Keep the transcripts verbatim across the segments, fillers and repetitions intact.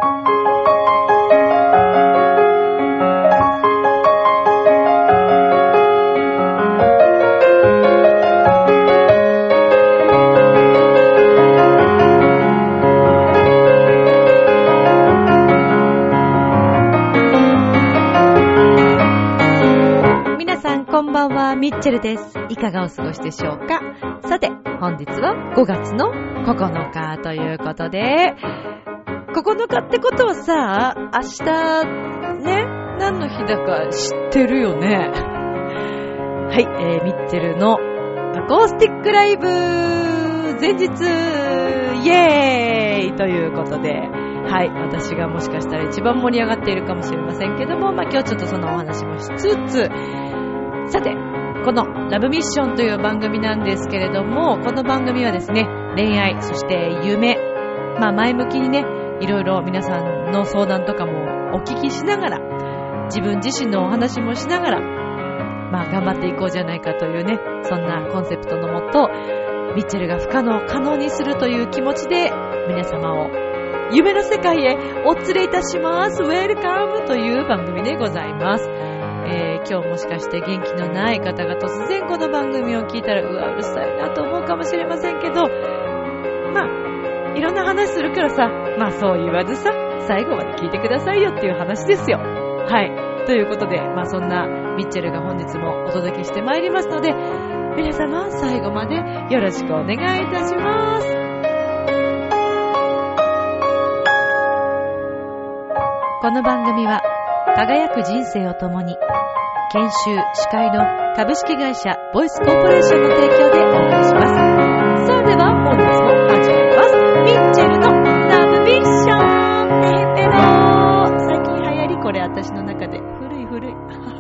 ミッチェルです。いかがお過ごしでしょうか。さて、本日はごがつのここのかということで、ここのかってことはさ、明日ね、何の日だか知ってるよね。はい、えー、ミッチェルのアコースティックライブ前日イエーイということで、はい、私がもしかしたら一番盛り上がっているかもしれませんけども、まあ今日ちょっとそのお話もしつつ、さて、このラブミッションという番組なんですけれども、この番組はですね、恋愛、そして夢、まあ前向きにね、いろいろ皆さんの相談とかもお聞きしながら、自分自身のお話もしながら、まあ頑張っていこうじゃないかというね、そんなコンセプトのもと、ミッチェルが不可能を可能にするという気持ちで、皆様を夢の世界へお連れいたします。ウェルカムという番組でございます。えー、今日もしかして元気のない方が突然この番組を聞いたらうわうるさいなと思うかもしれませんけど、まあいろんな話するからさ、まあそう言わずさ、最後まで聞いてくださいよっていう話ですよ。はい、ということで、まあそんなミッチェルが本日もお届けしてまいりますので、皆様最後までよろしくお願いいたします。この番組は輝く人生を共に研修司会の株式会社ボイスコーポレーションの提供でお送りします。さあでは本日も始まります。ミッチェルのラブミッションペヘペロー。最近流行り、これ私の中で古い古い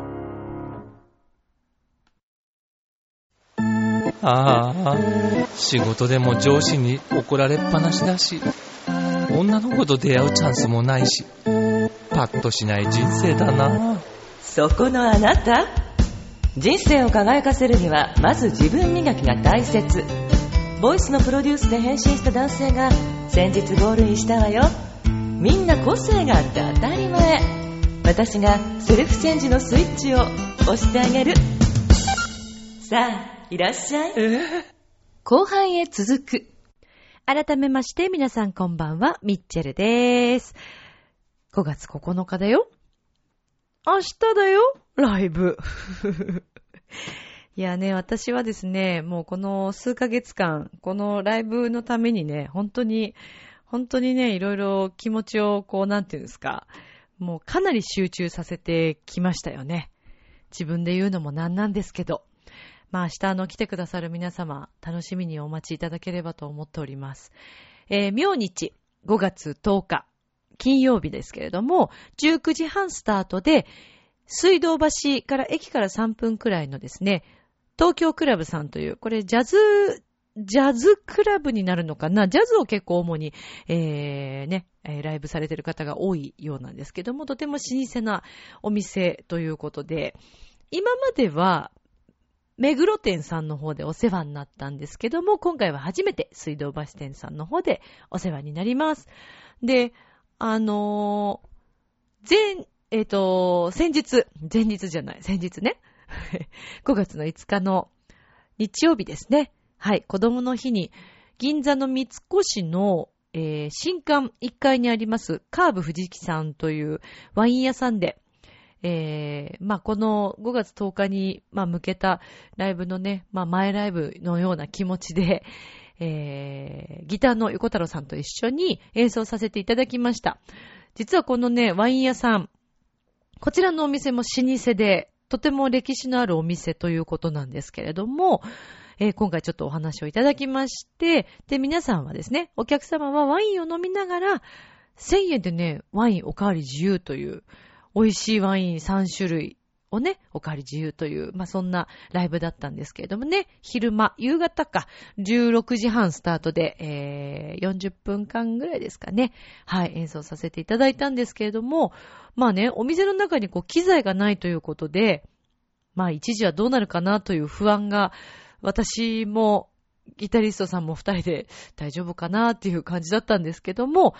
ああ、仕事でも上司に怒られっぱなしだし、女の子と出会うチャンスもないし、パッとしない人生だな。 そこのあなた、人生を輝かせるにはまず自分磨きが大切。ボイスのプロデュースで変身した男性が先日ゴールインしたわよ。みんな個性があって当たり前。私がセルフチェンジのスイッチを押してあげる。さあいらっしゃい、えー、 後半へ続く。改めまして皆さんこんばんは、ミッチェルです。ごがつここのかだよ。明日だよ、ライブ。いやね、私はですね、もうこの数ヶ月間、このライブのためにね、本当に、本当にね、いろいろ気持ちをこう、なんていうんですか、もうかなり集中させてきましたよね。自分で言うのもなんなんですけど。まあ明日あの来てくださる皆様、楽しみにお待ちいただければと思っております。えー、明日ごがつとおか、金曜日ですけれども、じゅうくじはんスタートで、水道橋から駅からさんぷんくらいのですね、東京クラブさんという、これジャズ、ジャズクラブになるのかな、ジャズを結構主に、えー、ね、ライブされている方が多いようなんですけども、とても老舗なお店ということで、今までは、目黒店さんの方でお世話になったんですけども、今回は初めて水道橋店さんの方でお世話になります。で、あのー、前、えっと、先日、前日じゃない、先日ね。ごがつのいつかの日曜日ですね。はい、子供の日に、銀座の三越の、えー、新館いっかいにあります、カーブ藤木さんというワイン屋さんで、えー、まあ、このごがつとおかに、まあ、向けたライブのね、まあ、前ライブのような気持ちで、えー、ギターの横太郎さんと一緒に演奏させていただきました。実はこのね、ワイン屋さん、こちらのお店も老舗で、とても歴史のあるお店ということなんですけれども、えー、今回ちょっとお話をいただきまして、で、皆さんはですね、お客様はワインを飲みながら、せんえんでね、ワインおかわり自由という、美味しいワインさんしゅるいをね、おかわり自由という、まあ、そんなライブだったんですけれどもね、昼間、夕方か、じゅうろくじはんスタートで、えー、よんじゅっぷんかんぐらいですかね、はい、演奏させていただいたんですけれども、まあね、お店の中にこう、機材がないということで、まあ一時はどうなるかなという不安が、私も、ギタリストさんも二人で大丈夫かなっていう感じだったんですけども、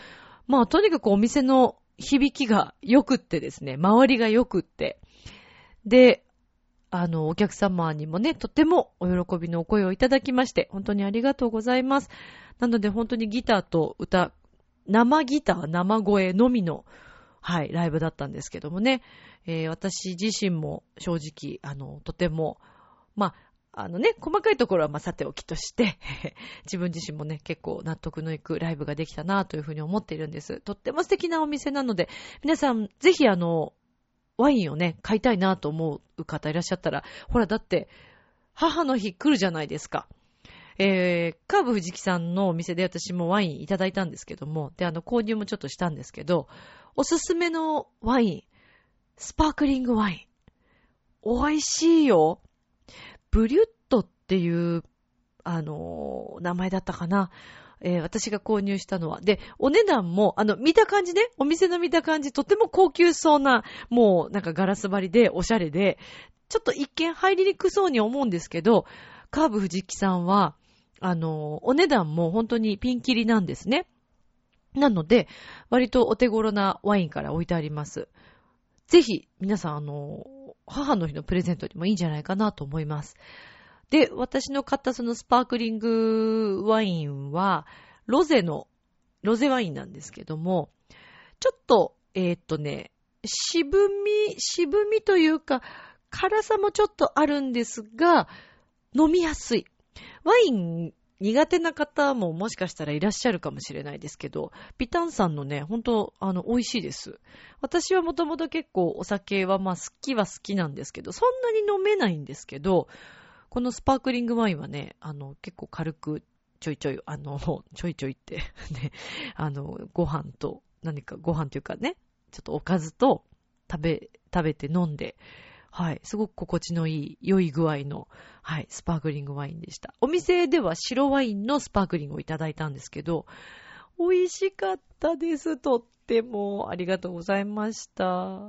まあとにかくお店の響きが良くってですね、周りが良くって。で、あの、お客様にもね、とてもお喜びのお声をいただきまして、本当にありがとうございます。なので本当にギターと歌、生ギター、生声のみの、はい、ライブだったんですけどもね、えー、私自身も正直、あの、とても、まあ、あのね、細かいところはまあさておきとして、自分自身もね、結構納得のいくライブができたなというふうに思っているんです。とっても素敵なお店なので、皆さんぜひあの、ワインをね、買いたいなと思う方いらっしゃったら、ほらだって、母の日来るじゃないですか。えー、カーブ藤木さんのお店で私もワインいただいたんですけども、で、あの、購入もちょっとしたんですけど、おすすめのワイン、スパークリングワイン。美味しいよ。ブリュットっていう、あのー、名前だったかな。えー、私が購入したのは。で、お値段も、あの、見た感じね、お店の見た感じ、とても高級そうな、もうなんかガラス張りで、おしゃれで、ちょっと一見入りにくそうに思うんですけど、カーブ藤木さんは、あの、お値段も本当にピンキリなんですね。なので、割とお手頃なワインから置いてあります。ぜひ、皆さん、あの、母の日のプレゼントにもいいんじゃないかなと思います。で、私の買ったそのスパークリングワインは、ロゼの、ロゼワインなんですけども、ちょっと、えーっとね、渋み、渋みというか、辛さもちょっとあるんですが、飲みやすい。ワイン苦手な方ももしかしたらいらっしゃるかもしれないですけど、ピタンさんのね、ほんと、あの、美味しいです。私はもともと結構お酒はまあ好きは好きなんですけど、そんなに飲めないんですけど、このスパークリングワインはね、あの、結構軽く、ちょいちょい、あの、ちょいちょいって、ね、あの、ご飯と、何かご飯というかね、ちょっとおかずと食べ、食べて飲んで、はい。すごく心地のいい、良い具合の、はい、スパークリングワインでした。お店では白ワインのスパークリングをいただいたんですけど、美味しかったです。とってもありがとうございました。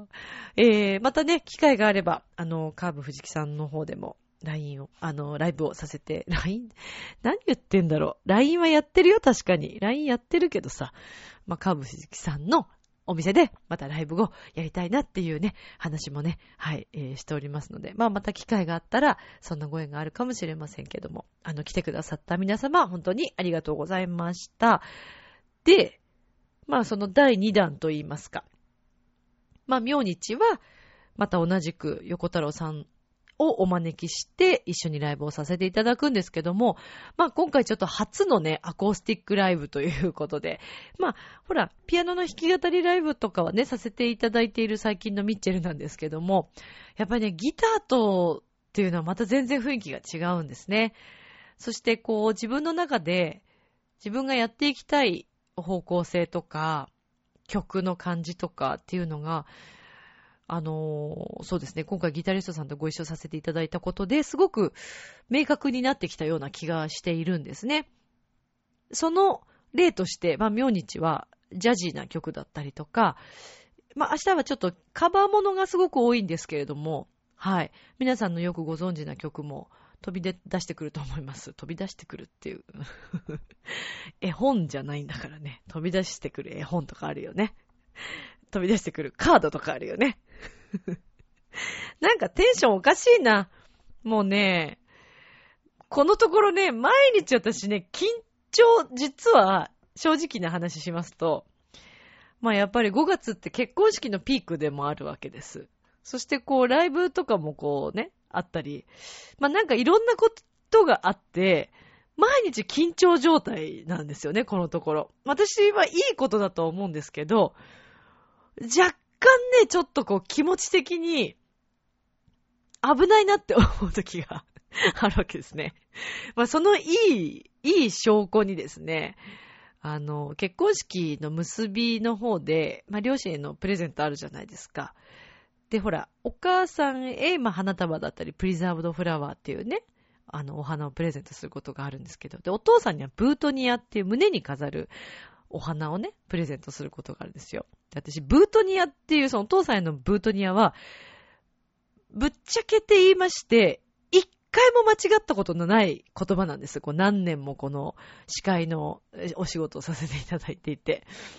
えー、またね、機会があれば、あの、カーブ藤木さんの方でも、ライン を、あの、ライブをさせて、ライン、何言ってんだろう。ライン はやってるよ、確かに。ライン やってるけどさ、まあ、カーブ藤木さんのお店でまたライブをやりたいなっていうね、話もね、はい、えー、しておりますので、まあまた機会があったら、そんなご縁があるかもしれませんけども、あの、来てくださった皆様、本当にありがとうございました。で、まあそのだいにだんと言いますか、まあ明日は、また同じく横太郎さんをお招きして一緒にライブをさせていただくんですけども、まあ今回ちょっと初のね、アコースティックライブということで、まあほら、ピアノの弾き語りライブとかはね、させていただいている最近のミッチェルなんですけども、やっぱりね、ギターとっていうのはまた全然雰囲気が違うんですね。そしてこう自分の中で自分がやっていきたい方向性とか、曲の感じとかっていうのが、あのー、そうですね、今回ギタリストさんとご一緒させていただいたことですごく明確になってきたような気がしているんですね。その例として、まあ、明日はジャジーな曲だったりとか、まあ、明日はちょっとカバーものがすごく多いんですけれども、はい。皆さんのよくご存知な曲も飛び出してくると思います。飛び出してくるっていう。絵本じゃないんだからね。飛び出してくる絵本とかあるよね。飛び出してくるカードとかあるよね。なんかテンションおかしいな。もうね、このところね、毎日私ね、緊張、実は正直な話しますと、まあやっぱりごがつって結婚式のピークでもあるわけです。そしてこうライブとかもこうね、あったり、まあなんかいろんなことがあって、毎日緊張状態なんですよね、このところ。私はいいことだと思うんですけど、若干ね、ちょっとこう気持ち的に危ないなって思う時があるわけですね。まあそのいい、いい証拠にですね、あの、結婚式の結びの方で、まあ両親へのプレゼントあるじゃないですか。で、ほら、お母さんへ、まあ花束だったり、プリザーブドフラワーっていうね、あの、お花をプレゼントすることがあるんですけど、で、お父さんにはブートニアっていう胸に飾るお花をね、プレゼントすることがあるんですよ。で、私、ブートニアっていう、そのお父さんへのブートニアは、ぶっちゃけて言いまして、一回も間違ったことのない言葉なんです。こう何年もこの司会のお仕事をさせていただいていて。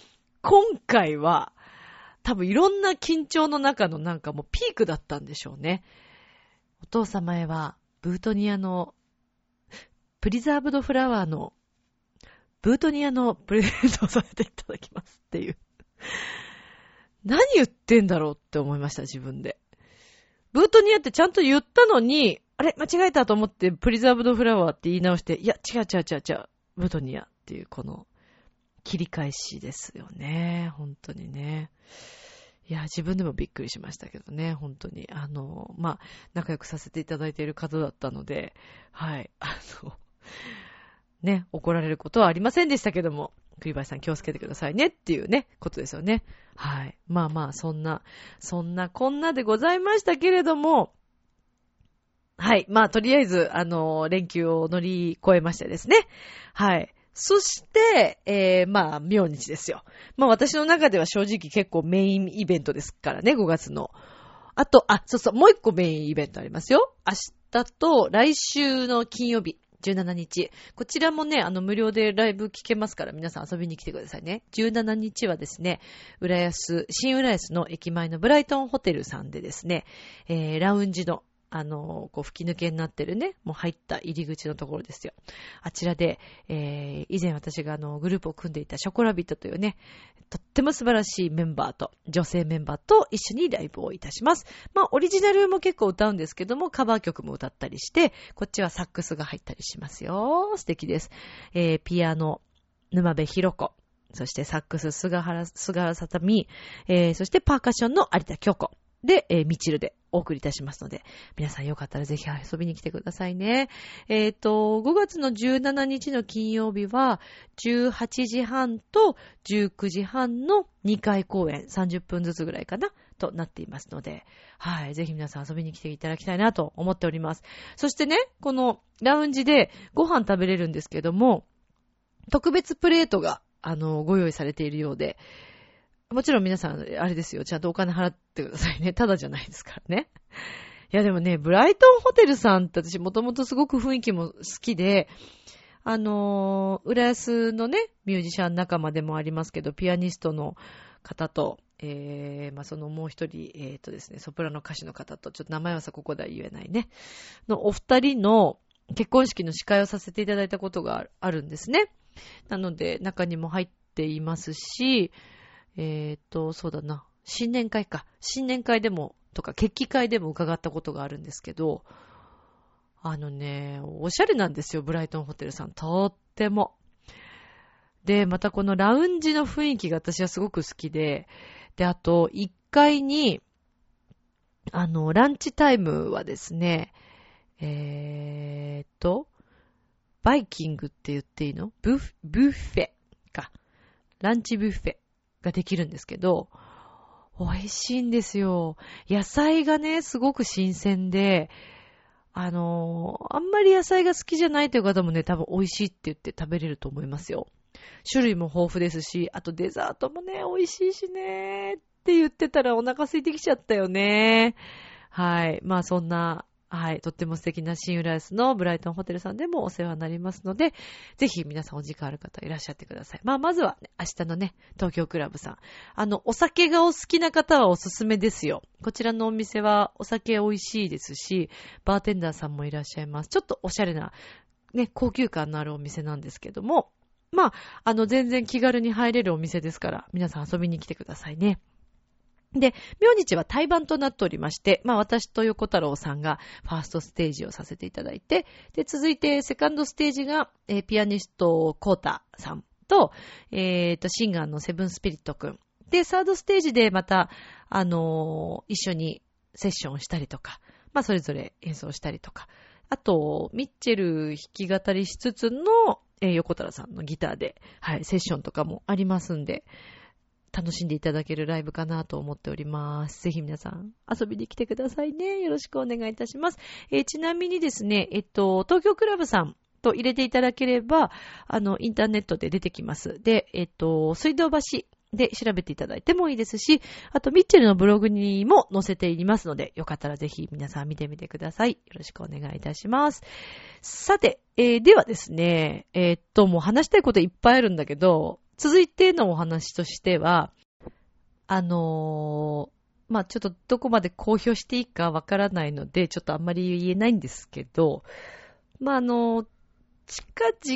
今回は、多分いろんな緊張の中のなんかもうピークだったんでしょうね。お父様へは、ブートニアの、プリザーブドフラワーの、ブートニアのプレゼントをさせていただきますっていう。何言ってんだろうって思いました、自分で。ブートニアってちゃんと言ったのに、あれ間違えたと思ってプリザーブドフラワーって言い直して、いや、違う違う違う違う、ブートニアっていうこの切り返しですよね。本当にね。いや、自分でもびっくりしましたけどね、本当に。あの、まあ、仲良くさせていただいている方だったので、はい、あの、ね、怒られることはありませんでしたけども、栗林さん気をつけてくださいねっていうね、ことですよね。はい。まあまあ、そんな、そんなこんなでございましたけれども、はい。まあ、とりあえず、あの、連休を乗り越えましてですね。はい。そして、えー、まあ、明日ですよ。まあ、私の中では正直結構メインイベントですからね、ごがつの。あと、あ、そうそう、もう一個メインイベントありますよ。明日と来週の金曜日。じゅうしちにち。こちらもね、あの、無料でライブ聞けますから、皆さん遊びに来てくださいね。じゅうしちにちはですね、浦安、新浦安の駅前のブライトンホテルさんでですね、えー、ラウンジの、あの、こう、吹き抜けになってるね、もう入った入り口のところですよ。あちらで、えー、以前私があの、グループを組んでいたショコラビットというね、とっても素晴らしいメンバーと、女性メンバーと一緒にライブをいたします。まあ、オリジナルも結構歌うんですけども、カバー曲も歌ったりして、こっちはサックスが入ったりしますよ。素敵です。えー、ピアノ、沼部ひろ子、そしてサックス、菅原、菅原さたみ、えー、そしてパーカッションの有田京子。で、えー、みちるでお送りいたしますので、皆さんよかったらぜひ遊びに来てくださいね。えっと、ごがつのじゅうしちにちの金曜日は、じゅうはちじはんとじゅうくじはんのにかい公演、さんじゅっぷんずつぐらいかな、となっていますので、はい、ぜひ皆さん遊びに来ていただきたいなと思っております。そしてね、このラウンジでご飯食べれるんですけども、特別プレートが、あの、ご用意されているようで、もちろん皆さん、あれですよ。ちゃんとお金払ってくださいね。ただじゃないですからね。いやでもね、ブライトンホテルさんって私もともとすごく雰囲気も好きで、あのー、浦安のね、ミュージシャン仲間でもありますけど、ピアニストの方と、えー、まあ、そのもう一人、えーとですね、ソプラノ歌手の方と、ちょっと名前はさ、ここでは言えないね。のお二人の結婚式の司会をさせていただいたことがあるんですね。なので、中にも入っていますし、えーと、そうだな。新年会か。新年会でも、とか、決起会でも伺ったことがあるんですけど、あのね、おしゃれなんですよ、ブライトンホテルさん。とっても。で、またこのラウンジの雰囲気が私はすごく好きで、で、あと、いっかいに、あの、ランチタイムはですね、えーと、バイキングって言っていいの？ブフ、ブッフェか。ランチブッフェ。ができるんですけど、美味しいんですよ。野菜がね、すごく新鮮で、あのー、あんまり野菜が好きじゃないという方もね、多分美味しいって言って食べれると思いますよ。種類も豊富ですし、あとデザートもね、美味しいしね、って言ってたらお腹空いてきちゃったよね。はい。まあそんな、はい。とっても素敵な新浦安のブライトンホテルさんでもお世話になりますので、ぜひ皆さんお時間ある方いらっしゃってください。まあまずは、ね、明日のね、東京クラブさん。あの、お酒がお好きな方はおすすめですよ。こちらのお店はお酒美味しいですし、バーテンダーさんもいらっしゃいます。ちょっとおしゃれな、ね、高級感のあるお店なんですけども、まあ、あの、全然気軽に入れるお店ですから、皆さん遊びに来てくださいね。で、明日は対バンとなっておりまして、まあ私と横太郎さんがファーストステージをさせていただいて、で、続いてセカンドステージが、えー、ピアニストコータさんと、えっと、シンガーのセブンスピリットくん。で、サードステージでまた、あのー、一緒にセッションをしたりとか、まあそれぞれ演奏したりとか、あと、ミッチェル弾き語りしつつの、えー、横太郎さんのギターで、はい、セッションとかもありますんで、楽しんでいただけるライブかなと思っております。ぜひ皆さん遊びに来てくださいね。よろしくお願いいたします。えー、ちなみにですね、えっと、東京クラブさんと入れていただければ、あの、インターネットで出てきます。で、えっと、水道橋で調べていただいてもいいですし、あと、ミッチェルのブログにも載せていますので、よかったらぜひ皆さん見てみてください。よろしくお願いいたします。さて、えー、ではですね、えー、っと、もう話したいこといっぱいあるんだけど、 続いてのお話としては、あのー、まあ、ちょっとどこまで公表していいかわからないので、ちょっとあんまり言えないんですけど、まあ、あのー、近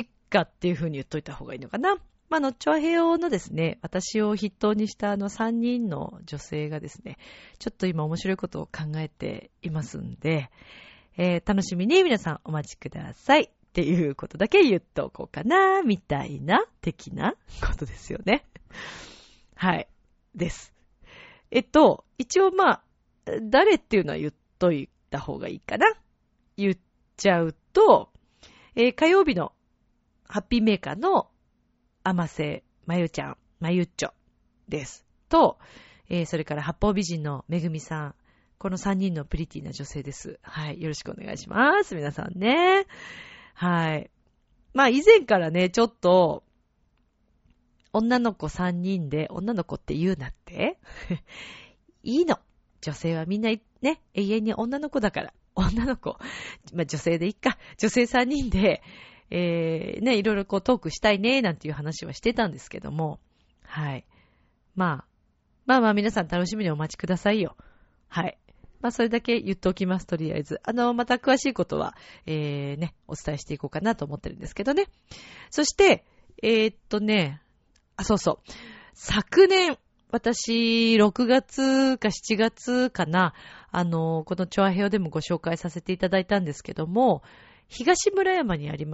々っていう風に言っといた方がいいのかな。まあ、あの、チョアヘヨのですね、私を筆頭にしたあのさんにんの女性がですね、ちょっと今面白いことを考えていますんで、えー、楽しみに皆さんお待ちくださいっていうことだけ言っとこうかな、みたいな、的なことですよね。はい。です。えっと、一応まあ、誰っていうのは言っといた方がいいかな。言っちゃうと、えー、火曜日のハッピーメーカーの甘瀬まゆちゃん、まゆっちょです。と、えー、それから八方美人のめぐみさん。このさんにんのプリティな女性です。はい。よろしくお願いします。皆さんね。はい。まあ以前からね、ちょっと、女の子さんにんで、女の子って言うなっていいの。女性はみんなね、永遠に女の子だから。女の子。まあ女性でいいか。女性さんにんで、えー、ね、いろいろこうトークしたいね、なんていう話はしてたんですけども。はい。まあ、まあまあ皆さん楽しみにお待ちくださいよ。はい。まあそれだけ言っておきます、とりあえず。あの、また詳しいことは、えー、ね、お伝えしていこうかなと思ってるんですけどね。そして、えー、っとね、あ、そうそう。昨年、私、ろくがつかしちがつかな、あの、このチョアヘヨでもご紹介させていただいたんですけども、東村山にあります、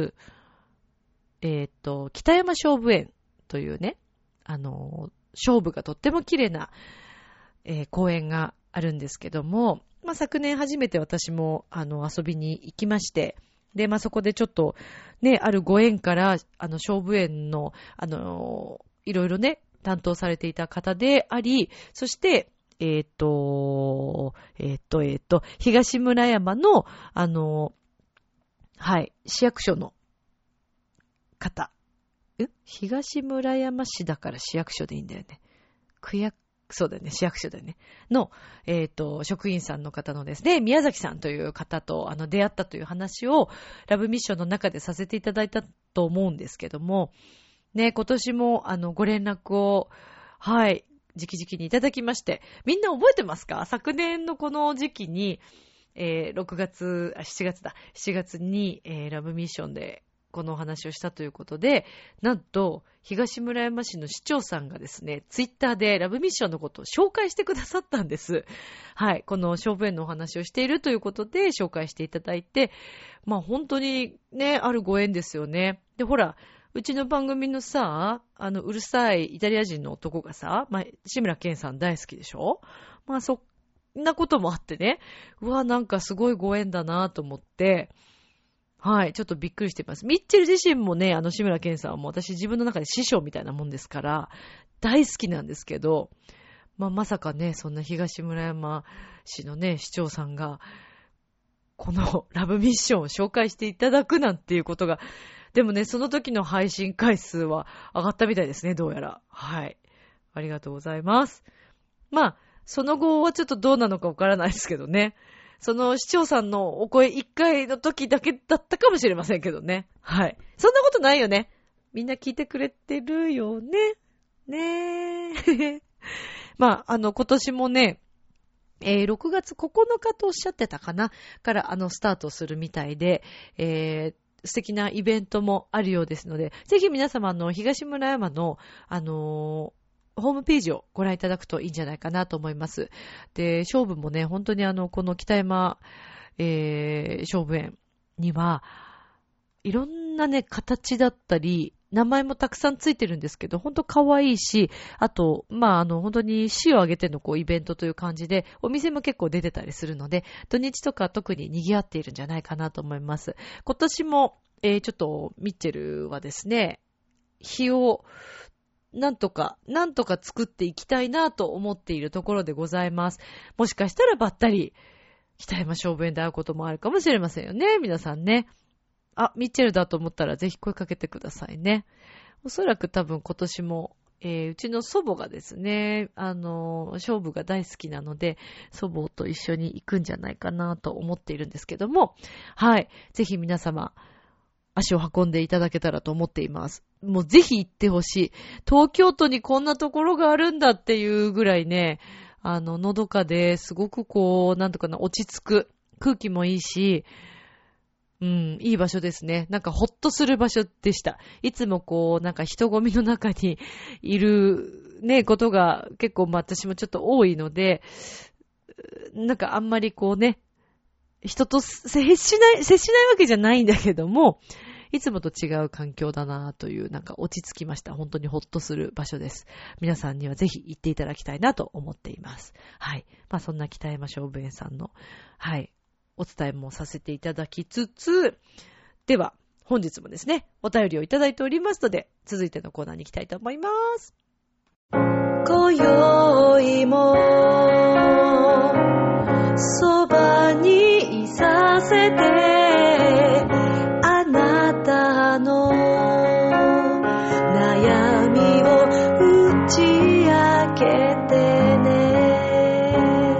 えっと、北山菖蒲園というね、あの、菖蒲がとっても綺麗な、えー、公園があるんですけども、まあ、昨年初めて私も、あの、遊びに行きまして、で、まあ、そこでちょっと、ね、あるご縁から、あの、菖蒲園の、あの、いろいろね、担当されていた方であり、そして、えっと、えっと、えっと、東村山の、あの、はい、市役所の方。ん？東村山市だから市役所でいいんだよね。区役、そうだよね、市役所だよね。の、えっと、職員さんの方のですね、宮崎さんという方と、あの、出会ったという話を、ラブミッションの中でさせていただいたと思うんですけども、ね、今年も、あの、ご連絡を、はい、直々にいただきまして、みんな覚えてますか？昨年のこの時期に、えー、ろくがつ、あ、しちがつだ。しちがつに、えー、ラブミッションでこのお話をしたということで、なんと、東村山市の市長さんがですね、ツイッターでラブミッションのことを紹介してくださったんです。はい。この菖蒲園のお話をしているということで紹介していただいて、まあ本当にね、あるご縁ですよね。で、ほら、うちの番組のさ、あの、うるさいイタリア人の男がさ、まあ、志村けんさん大好きでしょ？まあそっそんなこともあってね。うわ、なんかすごいご縁だなと思って、はい、ちょっとびっくりしています。ミッチェル自身もね、あの、志村けんさんはもう私自分の中で師匠みたいなもんですから、大好きなんですけど、まあ、まさかね、そんな東村山市のね、市長さんが、このラブミッションを紹介していただくなんていうことが、でもね、その時の配信回数は上がったみたいですね、どうやら。はい。ありがとうございます。まあ、その後はちょっとどうなのかわからないですけどね。その市長さんのお声一回の時だけだったかもしれませんけどね。はい。そんなことないよね。みんな聞いてくれてるよね。ねえ。まあ、あの、今年もね、えー、ろくがつここのかとおっしゃってたかなからあのスタートするみたいで、えー、素敵なイベントもあるようですので、ぜひ皆様の東村山のあのーホームページをご覧いただくといいんじゃないかなと思います。で、菖蒲もね、本当にあの、この北山、えー、菖蒲園には、いろんなね、形だったり、名前もたくさんついてるんですけど、本当可愛いし、あと、まあ、あの、本当に市を挙げてのこう、イベントという感じで、お店も結構出てたりするので、土日とか特に賑わっているんじゃないかなと思います。今年も、えー、ちょっと、ミッチェルはですね、日を、なんとか、なんとか作っていきたいなと思っているところでございます。もしかしたらばったり、北山菖蒲園で会うこともあるかもしれませんよね、皆さんね。あ、ミッチェルだと思ったらぜひ声かけてくださいね。おそらく多分今年も、えー、うちの祖母がですね、あの、菖蒲が大好きなので、祖母と一緒に行くんじゃないかなと思っているんですけども、はい。ぜひ皆様、 足を運んでいただけたらと思っています。もうぜひ行ってほしい。東京都にこんなところがあるんだっていうぐらいね、あの、のどかですごくこう、なんとかな、落ち着く。空気もいいし、うん、いい場所ですね。なんかほっとする場所でした。いつもこう、なんか人混みの中にいるね、ことが結構まあ私もちょっと多いので、なんかあんまりこうね、人と接しない、接しないわけじゃないんだけども、いつもと違う環境だなという、なんか落ち着きました。本当にほっとする場所です。皆さんにはぜひ行っていただきたいなと思っています。はい。まあそんな北山勝負園さんの、はい、お伝えもさせていただきつつ、では、本日もですね、お便りをいただいておりますので、続いてのコーナーに行きたいと思います。今宵も、そばにいさせて、あなたの悩みを打ち明けてね。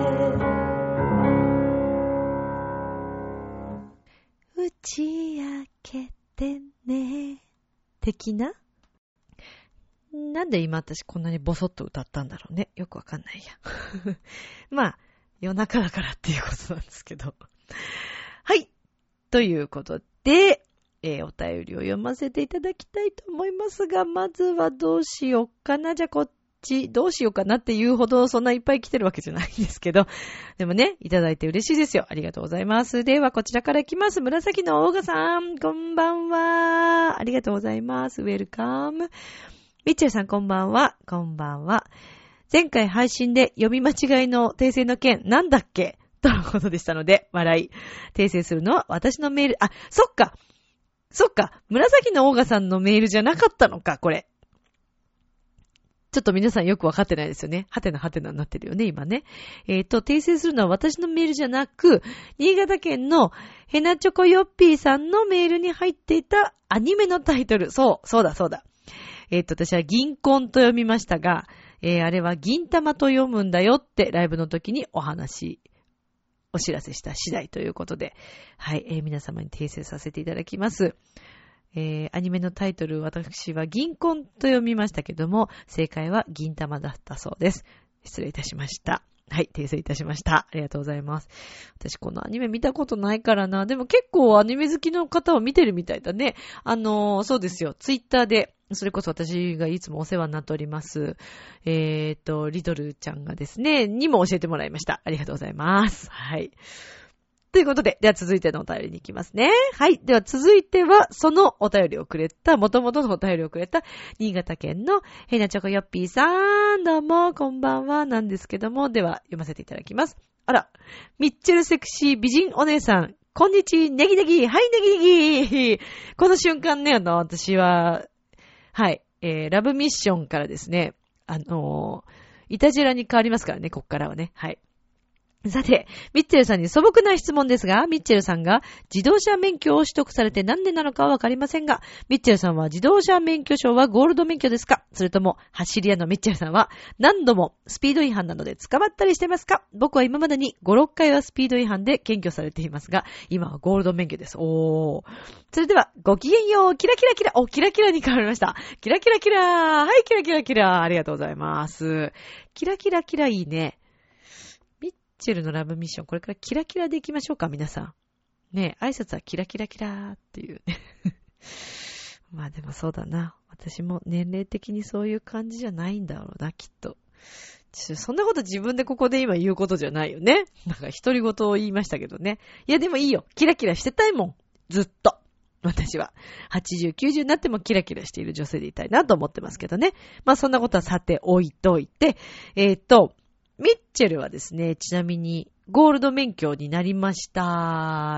打ち明けてね。的な？なんで今私こんなにボソッと歌ったんだろうね。よくわかんないや。まあ、夜中だからっていうことなんですけど。はい。ということで、えー、お便りを読ませていただきたいと思いますが、まずはどうしようかな。じゃあこっち、どうしようかなっていうほどそんないっぱい来てるわけじゃないんですけど、でもね、いただいて嬉しいですよ。ありがとうございます。ではこちらから行きます。紫のオーガさん、こんばんは。ありがとうございます。ウェルカム。ミッチェルさんこんばんは。こんばんは。前回配信で読み間違いの訂正の件なんだっけとのことでしたので、笑い。訂正するのは私のメール、あ、そっか。そっか。紫のオーガさんのメールじゃなかったのか、これ。ちょっと皆さんよくわかってないですよね。はてなはてなになってるよね、今ね。えっと、訂正するのは私のメールじゃなく、新潟県のヘナチョコヨッピーさんのメールに入っていたアニメのタイトル。そう、そうだそうだ。えっと、私は銀婚と読みましたが、えー、あれは銀玉と読むんだよってライブの時にお話、お知らせした次第ということで、はい、えー、皆様に訂正させていただきます。えー、アニメのタイトル、私は銀婚と読みましたけども、正解は銀玉だったそうです。失礼いたしました。はい、訂正いたしました。ありがとうございます。私このアニメ見たことないからな。でも結構アニメ好きの方は見てるみたいだね。あのー、そうですよ。ツイッターで、それこそ私がいつもお世話になっております。えっと、リトルちゃんがですね、にも教えてもらいました。ありがとうございます。はい。ということで、では続いてのお便りに行きますね。はい。では続いては、そのお便りをくれた、元々のお便りをくれた、新潟県のヘナチョコヨッピーさん、どうも、こんばんは、なんですけども、では読ませていただきます。あら、ミッチェルセクシー美人お姉さん、こんにちは、ネギネギ、はい、ネギネギ。この瞬間ね、あの、私は、はい、えー、ラブミッションからですね、あのー、イタジェラに変わりますからね、こっからはね、はい。さて、ミッチェルさんに素朴な質問ですが、ミッチェルさんが自動車免許を取得されて何年なのかはわかりませんが、ミッチェルさんは自動車免許証はゴールド免許ですか？それとも走り屋のミッチェルさんは何度もスピード違反などで捕まったりしてますか？僕は今までにご、ろっかいはスピード違反で検挙されていますが、今はゴールド免許です。おー。それでは、ごきげんよう。キラキラキラ。お、キラキラに変わりました。キラキラキラ。はい、キラキラキラ。ありがとうございます。キラキラキラいいね。ミッチェルのラブミッション、これからキラキラでいきましょうか、皆さん。ねえ、挨拶はキラキラキラっていうね。まあでもそうだな。私も年齢的にそういう感じじゃないんだろうな、きっと。そんなこと自分でここで今言うことじゃないよね。なんか独り言を言いましたけどね。いやでもいいよ。キラキラしてたいもん。ずっと。私は。はちじゅう、きゅうじゅうになってもキラキラしている女性でいたいなと思ってますけどね。まあそんなことはさて置いといて、えーっと、ミッチェルはですね、ちなみにゴールド免許になりました。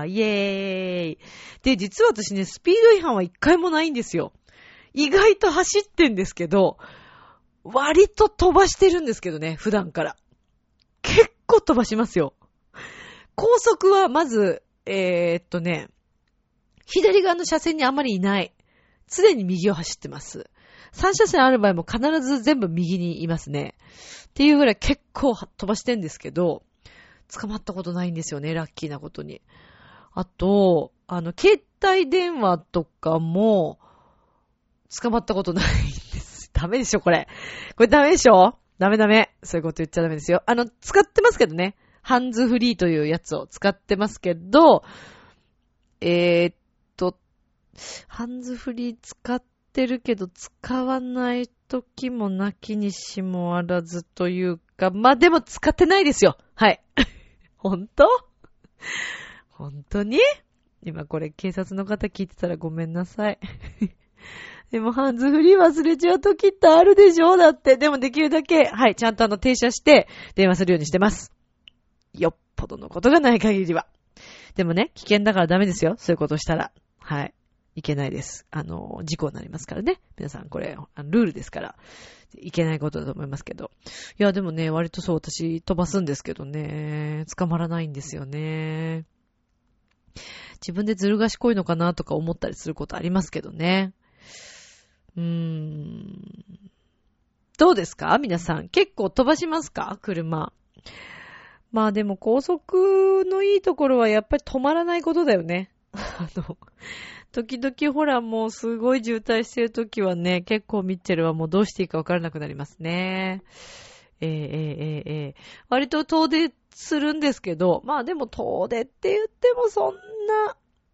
イエーイ。で、実は私ね、スピード違反は一回もないんですよ。意外と走ってんですけど、割と飛ばしてるんですけどね、普段から。結構飛ばしますよ。高速はまず、えー、っとね、左側の車線にあまりいない。常に右を走ってます。さん車線ある場合も必ず全部右にいますね。っていうぐらい結構飛ばしてんですけど、捕まったことないんですよね、ラッキーなことに。あと、 あの、携帯電話とかも、捕まったことないんです。ダメでしょ、これ。これダメでしょ？ダメダメ。そういうこと言っちゃダメですよ。あの、使ってますけどね。ハンズフリーというやつを使ってますけど、えー、っと、ハンズフリー使ってるけど、使わない時もなきにしもあらずというか、まあ、でも使ってないですよ。はい。本当？本当に？今これ警察の方聞いてたらごめんなさい。でもハンズフリー忘れちゃう時ってあるでしょ？だって。でもできるだけ、はい、ちゃんとあの停車して電話するようにしてます。よっぽどのことがない限りは。でもね、危険だからダメですよ。そういうことしたら。はい。いけないです。あの、事故になりますからね。皆さんこれ、あのルールですから。いけないことだと思いますけど。いや、でもね、割とそう、私飛ばすんですけどね。捕まらないんですよね。自分でずる賢いのかなとか思ったりすることありますけどね。うーん。どうですか？皆さん。結構飛ばしますか？車。まあでも高速のいいところはやっぱり止まらないことだよね。あの、時々ほらもうすごい渋滞してるときはね、結構ミッチェルはもうどうしていいかわからなくなりますね。えー、えー、えー、えー、割と遠出するんですけど、まあでも遠出って言ってもそんな、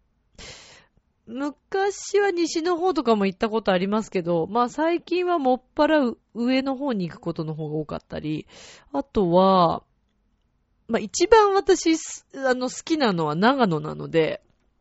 昔は西の方とかも行ったことありますけど、まあ最近はもっぱら上の方に行くことの方が多かったり、あとは、まあ一番私、あの好きなのは長野なので、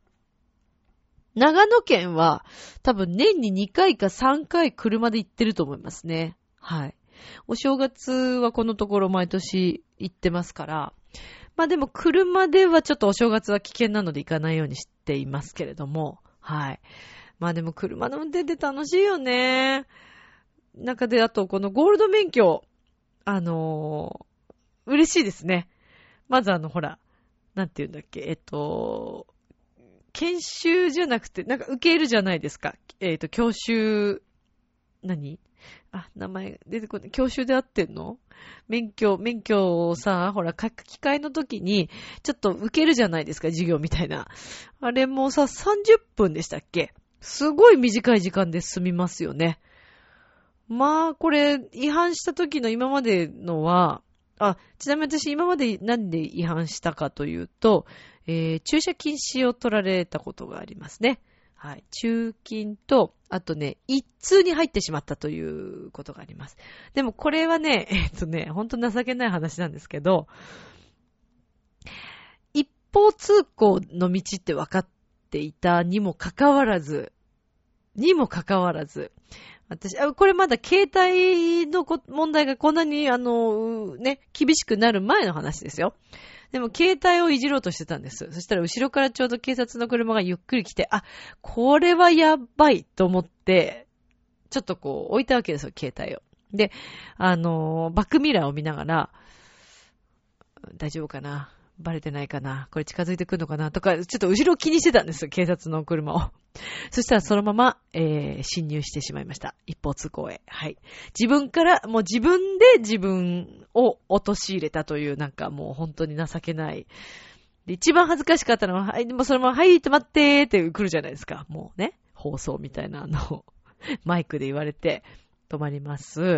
長野県は多分年ににかいかさんかい車で行ってると思いますね。はい。お正月はこのところ毎年行ってますから、まあでも車ではちょっとお正月は危険なので行かないようにしていますけれども、はい。まあでも車の運転って楽しいよね。中であとこのゴールド免許、あのー、嬉しいですね。まずあのほら、なんて言うんだっけ、えっと、研修じゃなくて、なんか受けるじゃないですか。えっと、教習、何？あ、名前出てこない。教習で合ってんの？免許、免許をさ、ほら、書く機会の時に、ちょっと受けるじゃないですか、授業みたいな。あれもさ、さんじゅっぷんでしたっけ？すごい短い時間で済みますよね。まあ、これ、違反した時の今までのは、あ、ちなみに私今まで何で違反したかというと、えー、駐車禁止を取られたことがありますね。はい。駐禁と、あとね、一通に入ってしまったということがあります。でもこれはね、えっとね、ほんと情けない話なんですけど、一方通行の道って分かっていたにもかかわらず、にもかかわらず、私、あ、これまだ携帯の問題がこんなに、あの、ね、厳しくなる前の話ですよ。でも、携帯をいじろうとしてたんです。そしたら、後ろからちょうど警察の車がゆっくり来て、あ、これはやばいと思って、ちょっとこう、置いたわけですよ、携帯を。で、あの、バックミラーを見ながら、大丈夫かな？バレてないかな？これ近づいてくるのかな？とか、ちょっと後ろを気にしてたんですよ、警察の車を。そしたらそのまま、えー、侵入してしまいました。一方通行へ。はい。自分から、もう自分で自分を陥れたという、なんかもう本当に情けない。で、一番恥ずかしかったのは、はい、でもそのまま、はい、止まってーって来るじゃないですか。もうね、放送みたいなあの、マイクで言われて、止まります。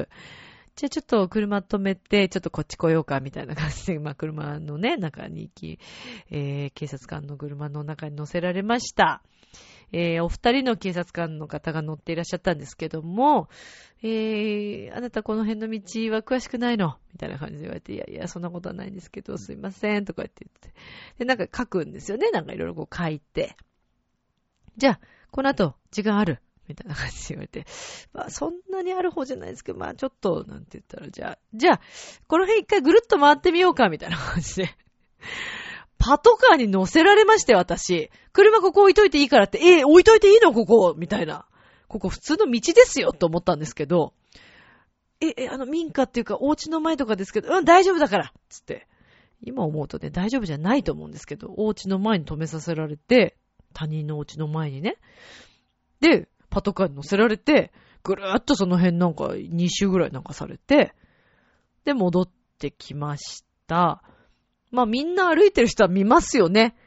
じゃあちょっと車止めて、ちょっとこっち来ようか、みたいな感じで、まあ車のね、中に行き、えー、警察官の車の中に乗せられました。えー、お二人の警察官の方が乗っていらっしゃったんですけども、えー、あなたこの辺の道は詳しくないの？みたいな感じで言われて、いやいや、そんなことはないんですけど、すいません、とか言って言って。で、なんか書くんですよね。なんかいろいろこう書いて。じゃあ、この後、時間ある？みたいな感じで言われて。まあ、そんなにある方じゃないですけど、まあ、ちょっと、なんて言ったら、じゃあ、じゃあ、この辺一回ぐるっと回ってみようか、みたいな感じで。パトカーに乗せられまして、私。車ここ置いといていいからって、えー、置いといていいのここみたいな。ここ普通の道ですよと思ったんですけど、え、え、あの、民家っていうか、お家の前とかですけど、うん、大丈夫だからつって。今思うとね、大丈夫じゃないと思うんですけど、お家の前に止めさせられて、他人のお家の前にね。で、パトカーに乗せられて、ぐるーっとその辺なんかに周ぐらいなんかされて、で、戻ってきました。まあみんな歩いてる人は見ますよね。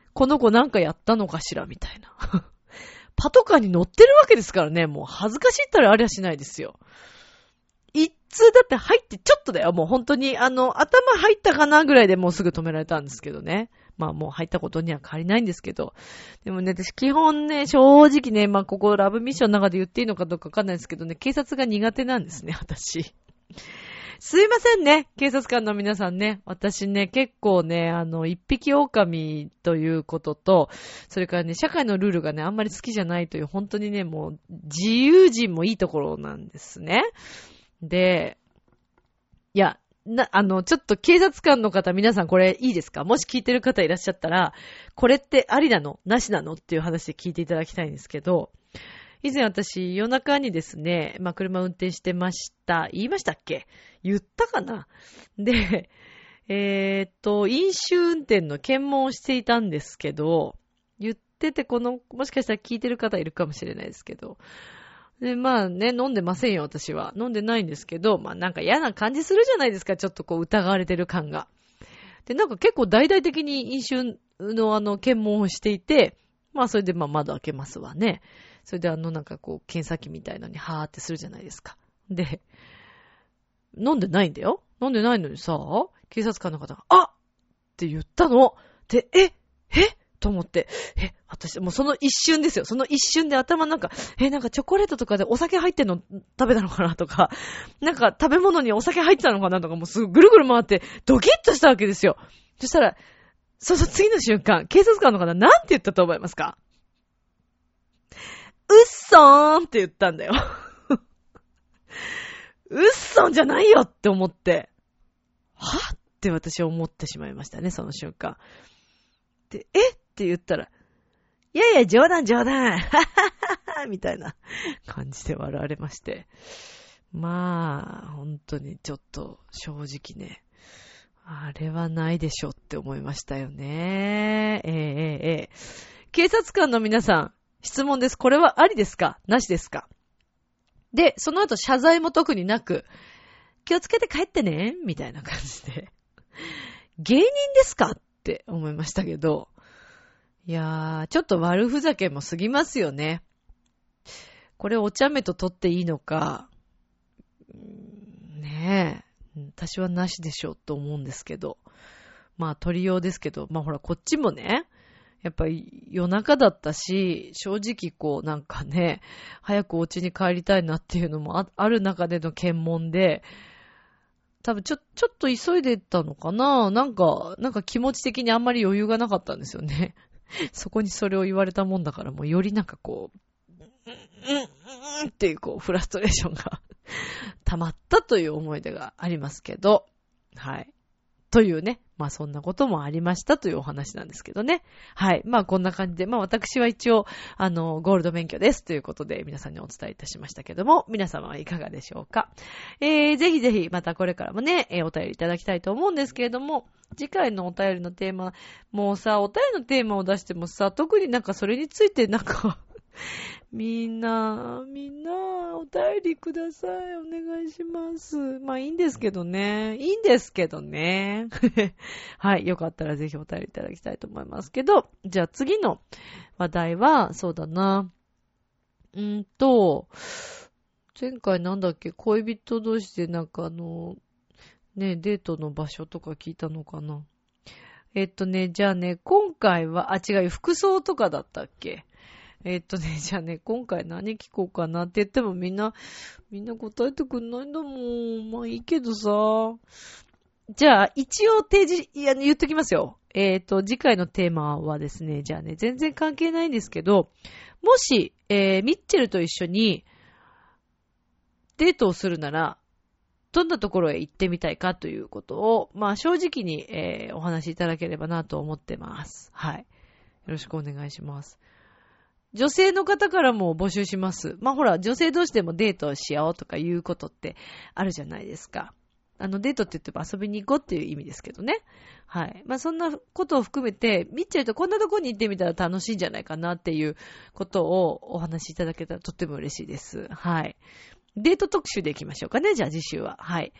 この子なんかやったのかしらみたいな。パトカーに乗ってるわけですからね、もう恥ずかしいったらありゃしないですよ。一通だって入ってちょっとだよ、もう本当に、あの、頭入ったかなぐらいでもうすぐ止められたんですけどね。まあもう入ったことには変わりないんですけど。でもね、私基本ね、正直ね、まあここラブミッションの中で言っていいのかどうかわかんないですけどね、警察が苦手なんですね、私。すいませんね、警察官の皆さんね。私ね、結構ね、あの、一匹狼ということと、それからね、社会のルールがね、あんまり好きじゃないという、本当にね、もう、自由人もいいところなんですね。で、いや、な、あの、ちょっと警察官の方、皆さんこれいいですか？もし聞いてる方いらっしゃったら、これってありなの？なしなの？っていう話で聞いていただきたいんですけど、以前私、夜中にですね、まあ、車運転してました。言いましたっけ？言ったかな？で、えー、っと、飲酒運転の検問をしていたんですけど、言ってて、この、もしかしたら聞いてる方いるかもしれないですけど、で、まあね、飲んでませんよ、私は。飲んでないんですけど、まあなんか嫌な感じするじゃないですか、ちょっとこう疑われてる感が。で、なんか結構大々的に飲酒のあの、検問をしていて、まあそれでまあ窓開けますわね。それであのなんかこう、検査機みたいのにハーってするじゃないですか。で、飲んでないんだよ。飲んでないのにさ、警察官の方が、あっって言ったの。で、ええと思って、え、私、もうその一瞬ですよ。その一瞬で頭なんか、え、なんかチョコレートとかでお酒入ってんの食べたのかなとか、なんか食べ物にお酒入ってたのかなとか、もうすぐぐるぐる回ってドキッとしたわけですよ。そしたら、その次の瞬間、警察官の方なんて言ったと思いますか？うっそーんって言ったんだよ。うっそんじゃないよって思って、はって私は思ってしまいましたね、その瞬間。で、えって言ったら、いやいや、冗談冗談ははははみたいな感じで笑われまして。まあ、本当にちょっと正直ね、あれはないでしょって思いましたよね。ええええええ。警察官の皆さん、質問です。これはありですか？なしですか？で、その後謝罪も特になく、気をつけて帰ってねみたいな感じで。芸人ですかって思いましたけど、いやー、ちょっと悪ふざけも過ぎますよね。これお茶目と取っていいのか、ねえ、私はなしでしょうと思うんですけど、まあ取りようですけど、まあほらこっちもね、やっぱり夜中だったし、正直こうなんかね、早くお家に帰りたいなっていうのも あ, ある中での検問で、多分ちょ、ちょっと急いでたのかな？なんか、なんか気持ち的にあんまり余裕がなかったんですよね。そこにそれを言われたもんだから、もうよりなんかこう、うん、うん、うんっていうこう、フラストレーションが溜まったという思い出がありますけど、はい。というね、まあそんなこともありましたというお話なんですけどね。はい。まあこんな感じで、まあ私は一応、あの、ゴールド免許ですということで皆さんにお伝えいたしましたけども、皆様はいかがでしょうか。えー、ぜひぜひまたこれからもね、えー、お便りいただきたいと思うんですけれども、次回のお便りのテーマ、もうさ、お便りのテーマを出してもさ、特になんかそれについてなんか、みんな、みんな、お便りください。お願いします。まあいいんですけどね。いいんですけどね。はい。よかったらぜひお便りいただきたいと思いますけど、じゃあ次の話題は、そうだな。うーんと、前回なんだっけ、恋人同士でなんかあの、ね、デートの場所とか聞いたのかな。えっとね、じゃあね、今回は、あ、違うよ、服装とかだったっけ。えっとね、じゃあね、今回何聞こうかなって言ってもみんな、みんな答えてくんないんだもん。まあいいけどさ。じゃあ、一応提示、いや、言っときますよ。えっと、次回のテーマはですね、じゃあね、全然関係ないんですけど、もし、えー、ミッチェルと一緒にデートをするなら、どんなところへ行ってみたいかということを、まあ正直に、えー、お話しいただければなと思ってます。はい。よろしくお願いします。女性の方からも募集します。まあほら、女性同士でもデートをしようとかいうことってあるじゃないですか。あの、デートって言っても遊びに行こうっていう意味ですけどね。はい。まあそんなことを含めて、ミッチェルとこんなとこに行ってみたら楽しいんじゃないかなっていうことをお話しいただけたらとっても嬉しいです。はい。デート特集で行きましょうかね。じゃあ次週は。はい。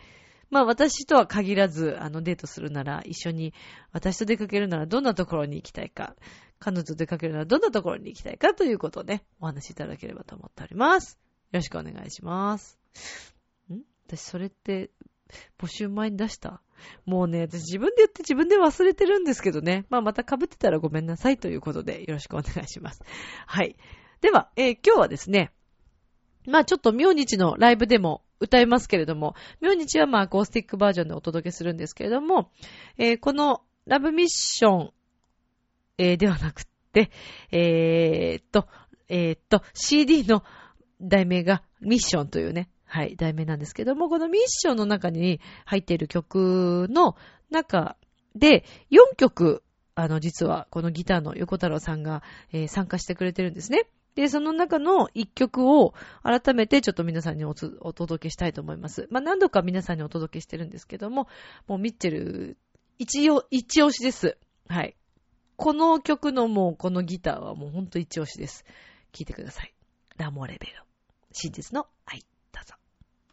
まあ私とは限らず、あのデートするなら、一緒に私と出かけるならどんなところに行きたいか、彼女と出かけるならどんなところに行きたいかということをね、お話しいただければと思っております。よろしくお願いします。ん?私それって募集前に出した?もうね、私自分で言って自分で忘れてるんですけどね。まあまた被ってたらごめんなさいということでよろしくお願いします。はい。では、えー、今日はですね、まあちょっと明日のライブでも歌いますけれども、明日はまあアコースティックバージョンでお届けするんですけれども、えー、このラブミッション、えー、ではなくって、えー、っと、えー、っと、シーディー の題名がミッションというね、はい、題名なんですけども、このミッションの中に入っている曲の中でよんきょく、あの、実はこのギターの横太郎さんが、えー、参加してくれてるんですね。で、その中のいっきょくを改めてちょっと皆さんに お, つお届けしたいと思います。まあ、何度か皆さんにお届けしてるんですけども、もうミッチェル、一応、一押しです。はい。この曲のもうこのギターはもうほんと一押しです。聴いてください。ラモレベロ。真実の愛。どうぞ。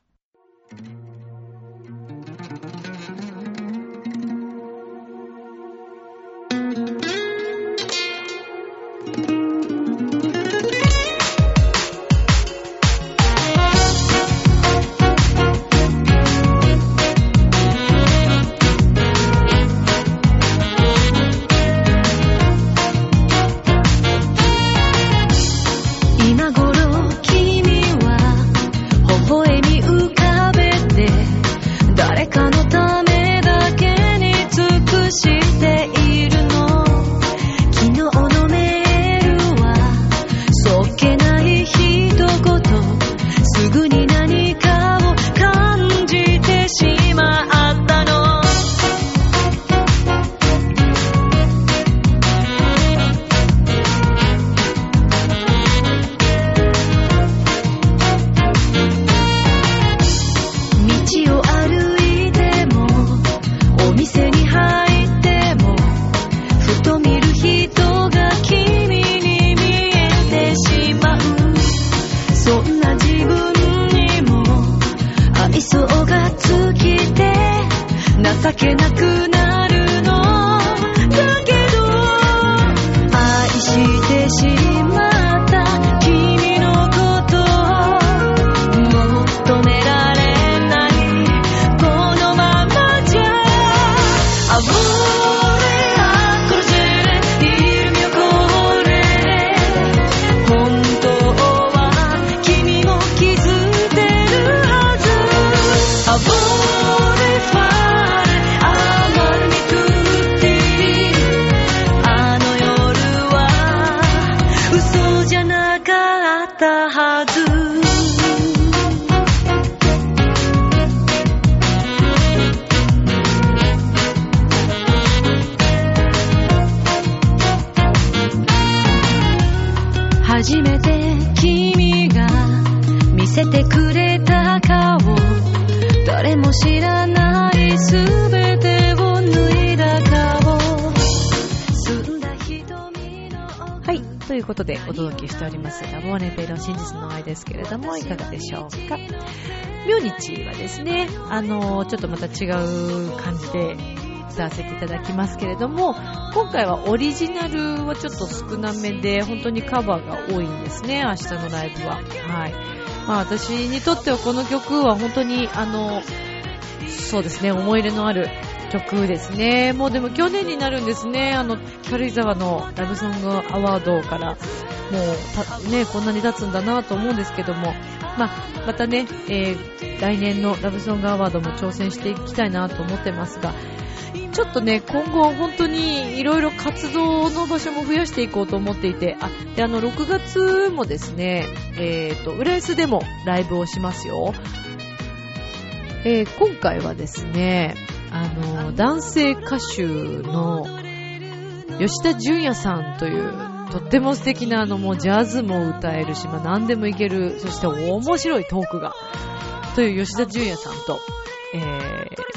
初めて君が見せてくれた顔、誰も知らないすべてを脱いだ顔、澄んだ瞳の。はい、ということでお届けしておりますラボネペの真実の愛ですけれども、いかがでしょうか。明日はですね、あのちょっとまた違う感じで歌わせていただきますけれども、今回はオリジナルはちょっと少なめで、本当にカバーが多いんですね、明日のライブは。はい。まあ私にとってはこの曲は本当にあの、そうですね、思い入れのある曲ですね。もうでも去年になるんですね、あの、軽井沢のラブソングアワードから、もうた、ね、こんなに経つんだなと思うんですけども、まあ、またね、えー、来年のラブソングアワードも挑戦していきたいなと思ってますが、ちょっとね、今後本当にいろいろ活動の場所も増やしていこうと思っていて、あ、で、あの、ろくがつもですね、えっと、浦安でもライブをしますよ。えー、今回はですね、あの、男性歌手の吉田純也さんという、とっても素敵なあの、もうジャズも歌えるし、まあ何でもいける、そして面白いトークが、という吉田純也さんと、えー、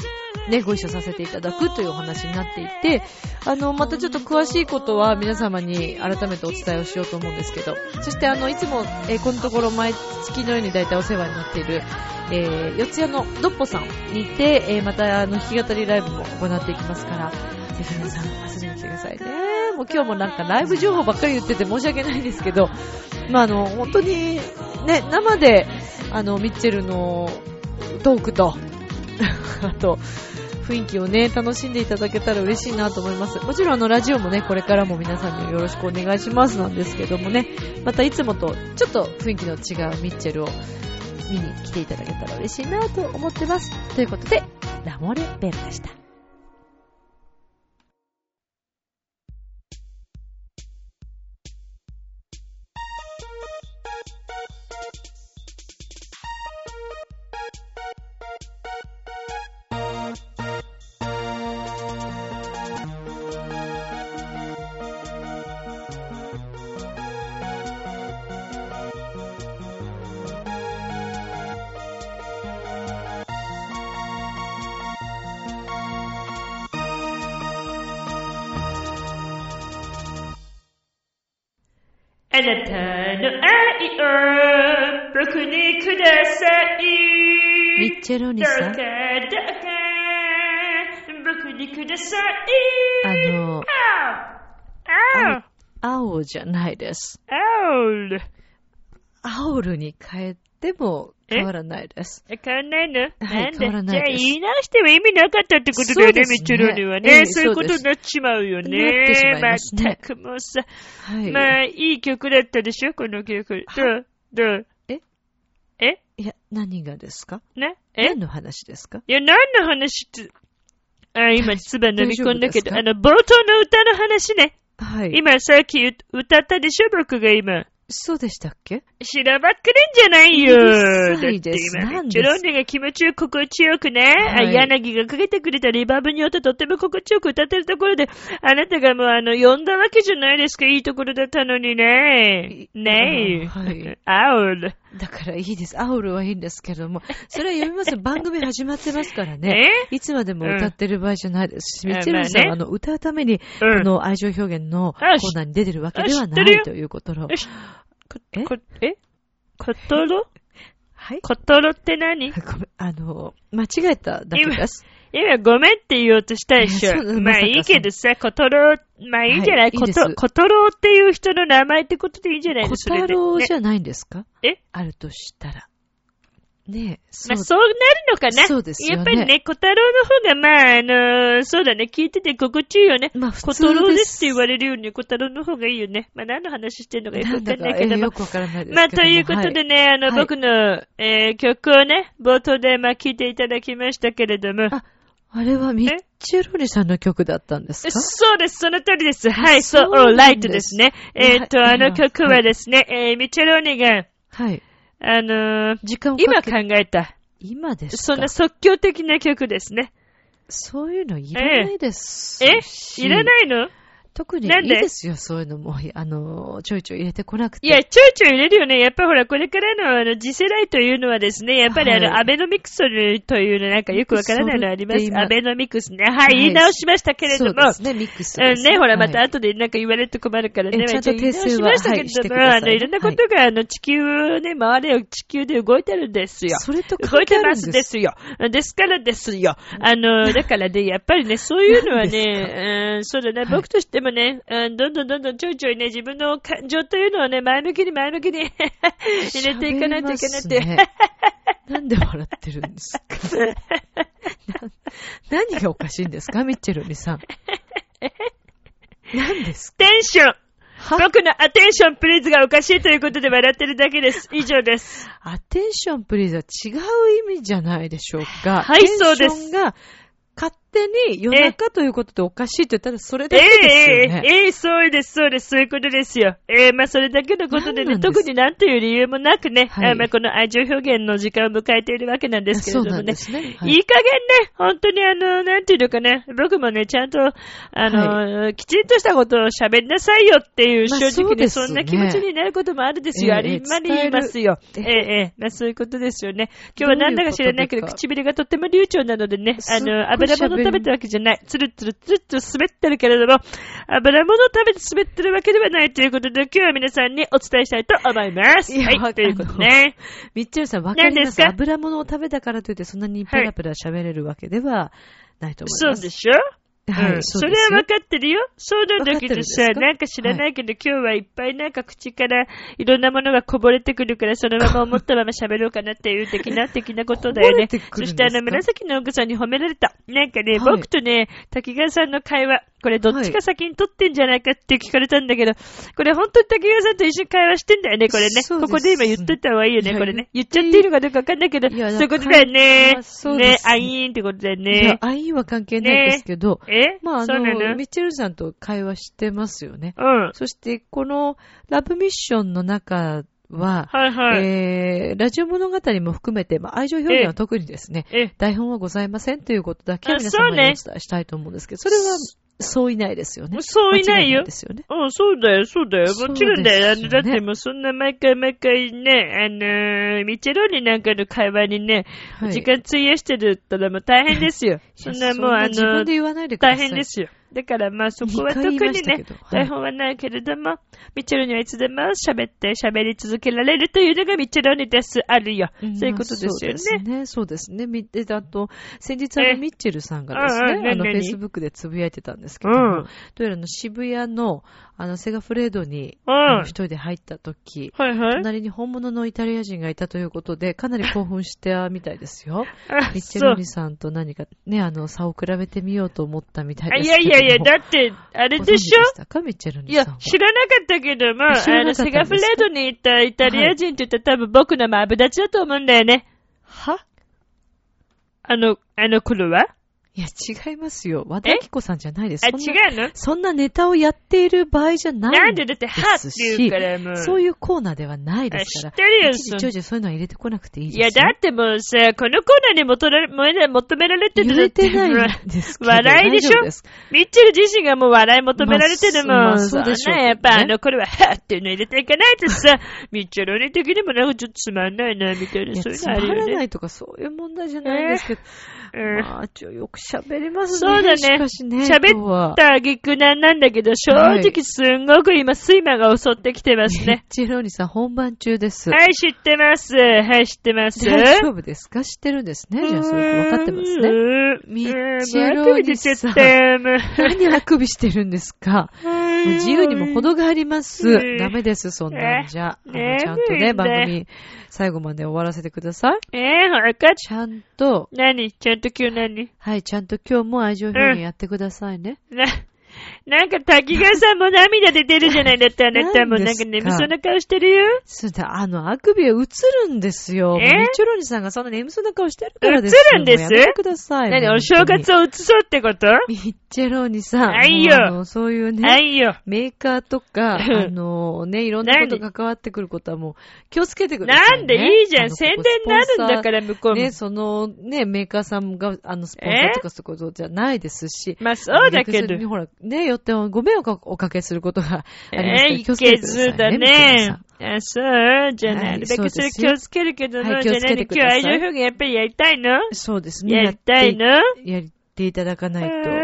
ね、ご一緒させていただくというお話になっていて、あの、またちょっと詳しいことは皆様に改めてお伝えをしようと思うんですけど、そしてあの、いつも、えー、このところ毎月のように大体お世話になっている、えー、四谷のドッポさんにて、えー、またあの、弾き語りライブも行っていきますから、ぜひ皆さん遊びに来てくださいね。もう今日もなんかライブ情報ばっかり言ってて申し訳ないんですけど、まああの、本当にね、生で、あの、ミッチェルのトークと、あと、雰囲気をね、楽しんでいただけたら嬉しいなと思います。もちろんあの、ラジオもね、これからも皆さんによろしくお願いしますなんですけどもね、またいつもとちょっと雰囲気の違うミッチェルを見に来ていただけたら嬉しいなと思ってます。ということで、ラモレベルでした。 あなたの愛を僕にください。 ミッチェロニさん。 どうかどうか僕にください。 あの、 あ青じゃないです。 あアオルに変えても変わらないです。 変わらないの、 はい、 なんで変わらないです。 じゃあ言い直しても意味なかったってことだよね、ミッチェロニはね、 ええ、 そういうことになっちまうよね。 なってしまいますね。 まったくもうさ、 はい。 まあ、いい曲だったでしょ、この曲。どうどうええいや、何がですか？ ねえ何の話ですか？ いや、何の話って、あ、今、つば飲み込んだけど、 大丈夫ですか？ あの、冒頭の歌の話ね。 はい。 今、さっき歌ったでしょ、僕が今。 そうでしたっけ？ しらばっくれんじゃないよ。 うるさいです。 だって今、 なんですチョロンネが気持ちよく心地よくね、 はい、 柳がかけてくれたリバーブによってとっても心地よく歌ってるところで、あなたがもうあの、呼んだわけじゃないですか、いいところだったのにね。ねえ。 はい。 アウル。 だからいいです。アウルはいいんですけども、それは読みますよ。番組始まってますからね。いつまでも歌ってる場合じゃないですし、ミッチェルさんはあの、歌うために、 うん、 あの、愛情表現のコーナーに出てるわけではないということを。 えこえコトロはい。 コトロって何？ ごめん、あの、間違えただけです。 今、今ごめんって言おうとしたでしょ。まあいいけどさ、コトロ、まあいいんじゃない、はい、コト、コトロっていう人の名前ってことでいいんじゃないの？ コタロウじゃないんですか？ えあるとしたら。ねえ、 そう。まあ、そうなるのかな。 そうですよね。 やっぱりね、小太郎の方が、まあ、あのー、そうだね、聞いてて心地いいよね。 まあ、普通です。 小太郎ですって言われるように、小太郎の方がいいよね。まあ、何の話してんのかよくわかんないけども。 えー、よくわからないですけども。 まあ、ということでね、はい、あの、はい、僕の、えー、曲をね、冒頭で、まあ、聴いていただきましたけれども。 あ、あれはミッチェロリさんの曲だったんですか？ そうです、その通りです。はい、そう、オーライトですね。えー、っと、あの曲はですね、はい、えー、ミッチェロニが、 はい。 あのー、 時間をかけ今考えた。 今ですか？ そんな即興的な曲ですね。 そういうのいらないですし。 ええいらないの？ 特にいいですよ、そういうのも。あの、ちょいちょい入れてこなくて。 いや、ちょいちょい入れるよね。やっぱほら、これからの、あの、次世代というのはですね、やっぱりあの、はい、アベノミクスというのなんかよくわからないのあります。アベノミクスね。はい、言い直しましたけれども。 そうですね、ミックスですね。ね、ほら、また後でなんか言われると困るからね。 ちゃんと訂正は、 はい、しましたけれども、はい、あの、いろんなことが、あの、地球ね、周りを地球で動いてるんですよ。 それと動いてますですよ。ですからですよ。あの、だからね、やっぱりね、そういうのはね、うん、そうだね、僕としてもね、うんどんどんどんどんちょいちょいね、自分の感情というのをね、前向きに前向きに入れていかないといけないって。 ね、なんで笑ってるんですかな何がおかしいんですかミッチェルニさん。何ですかテンション僕のアテンションプリーズがおかしいということで笑ってるだけです。以上です。 アテンションプリーズは違う意味じゃないでしょうか。 はい、そうです。 テンションが勝手に夜中ということでおかしいと言ったらそれだけですよね。 ええええええそうです、そうです、そういうことですよ。ええまあそれだけのことでね、特になんという理由もなくね、 はい、 あまあこの愛情表現の時間を迎えているわけなんですけれどもね。 そうなんですね。はい、 いい加減ね、本当にあの、なんていうのかね、僕もね、ちゃんと、あの、はい、きちんとしたことを喋りなさいよっていう、正直ね、そんな気持ちになることもあるですよ。えー、ありまり言いますよ。ええええまあそういうことですよね。今日はなんだか知らないけど、唇がとっても流暢なのでね、あの、油物食べたわけじゃない。つるつるつるつる滑ってるけれども、油物食べて滑ってるわけではないということで、今日は皆さんにお伝えしたいと思います。はい、ということね。 みっちゃんさん、わかりますか？油物を食べたからといってそんなにペラペラ喋れるわけではないと思います。 そうでしょ？はい、うん、それは分かってるよ。そうなんだけどさ、なんか知らないけど、はい、今日はいっぱいなんか口からいろんなものがこぼれてくるから、そのまま思ったまま喋ろうかなっていう的な的なことだよね。そしてあの紫の奥さんに褒められた。なんかね、はい、僕とね、滝川さんの会話、これどっちか先に撮ってんじゃないかって聞かれたんだけど、これ本当に滝川さんと一緒に会話してんだよね、これね。ここで今言っといた方がいいよね、これね。言っちゃっていいのかどうかわかんないけど、そういうことだよね。ね、アイーンってことだよね。 いや、アイーンは関係ないですけど、 ね、えまああの、ミッチェルさんと会話してますよね。 うん。 そして、このラブミッションの中は、 はいはい。 えー、ラジオ物語も含めて、まあ、愛情表現は特にですね、台本はございませんということだけは皆様にお伝えしたいと思うんですけど、それは、そういないですよね。 そういないよ。 ですよね。 うん、そうだよ、そうだよ。もちろんだよ。あの、だってもうそんな毎回毎回ね、あのー、ミチェローニなんかの会話にね、はい、時間費やしてるったらもう大変ですよ。そんなもうあの、 自分で言わないでください。 大変ですよ。だからまあそこは特にね、台本はないけれども、はい、ミッチェロにはいつでも喋って喋り続けられるというのがミッチェロにです。あるよ。うん、そういうことですよね。 そうですね。そうですね。で、あと、先日あのミッチェルさんがですね、あの、フェイスブックでつぶやいてたんですけども、うん、どうやらの渋谷の、あの、セガフレードに、うん、あの一人で入った時、 はいはい、 隣に本物のイタリア人がいたということで、かなり興奮したみたいですよ。ミッチェロニさんと何かね、あの、差を比べてみようと思ったみたいですけども。 いやいやいや、だって、あれでしょ？ ミッチェルニさん。いや、知らなかったけども、あの、セガフレードにいたイタリア人って言ったら多分僕のマブダチだと思うんだよね。 は？ あの、あの頃はいや、違いますよ。和田明子さんじゃないです。 あ、違うの？ そんなネタをやっている場合じゃないなんでだって、はって言うからもう。 そういうコーナーではないですから。 知ってるよ、 いちいちちょいちょいそういうのは入れてこなくていいですよ。 いや、だってもうさ、このコーナーに求め求められてるの入れてないんですけど。 笑いでしょ？ミッチェル自身がもう笑い求められてるもん。 まあ、そうでしょう、ね。 やっぱあの、これは、はっていうの入れていかないとさ、ミッチェルに的にもなんかちょっとつまんないな、みたいな、そういうのあるよね。 つまらないとかそういう問題じゃないんですけど。えー、まあ、ちょ、よく喋りますね。 そうだね。 しかしね。 喋った挙句なんなんだけど、正直すんごく今、睡魔が襲ってきてますね。 ジェローニさん、本番中です。 はい、知ってます。はい、知ってます。 大丈夫ですか？知ってるんですね。じゃあ、それ分かってますね。ミッチェローニさん。何あくびしてるんですか？もう自由にも程があります。ダメです、そんなんじゃ。あのちゃんとね、番組、最後まで終わらせてください。 えー、ほらかちゃんと。 何？ちゃんと今日何？ はい、ちゃんと今日も愛情表現やってくださいね。 な、なんか滝川さんも涙出てるじゃないだってあなたもなんか眠そうな顔してるよ。 そうだ、あの、あくびは映るんですよ。 えミッチョロニさんがそんな眠そうな顔してるからですよ。 映るんです？ やめてください。 何？お正月を映そうってこと？ ミッチェロニさん。 はいよ。 あの、そういうね。 はいよ。 メーカーとか、あのね、いろんなことが関わってくることはもう気をつけてください、ね。なんでいいじゃん。宣伝になるんだから向こうも。 ね、そのね、メーカーさんが、あの、スポンサーとかそういうことじゃないですし。 まあそうだけど。 ほら、ね、よってご迷惑をおかけすることがありますから、気をつけてくださいね。 えー、だね。あ、そうじゃあなるべくそれ気をつけるけども、はい、じゃあ何今日愛情表現やっぱりやりたいの？ そうですね。 やりたいの？ やっていただかないと、はい、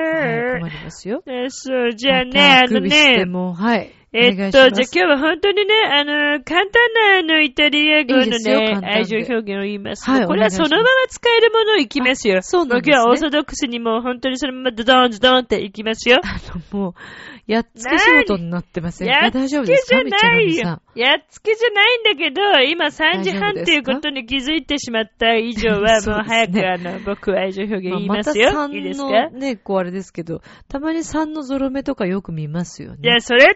困りますよ。 あ、そう、じゃあね、あのね。 はい。 えっと、じゃあ今日は本当にね、あの、簡単なあの、イタリア語のね、愛情表現を言います。はい、これはそのまま使えるものをいきますよ。 そうなんですね。 今日はオーソドックスにもう本当にそのままドドーンドドーンっていきますよ。 あの、もう、やっつけ仕事になってませんか？ やっ大丈夫ですか？ じゃないよ。やっつけじゃないんだけど、今さんじはんっていうことに気づいてしまった以上は、もう早くあの、僕は愛情表現言いますよ。 まあ、またいいですか？ね、こうあれですけど、たまにさんのゾロ目とかよく見ますよね。 いや、それってだって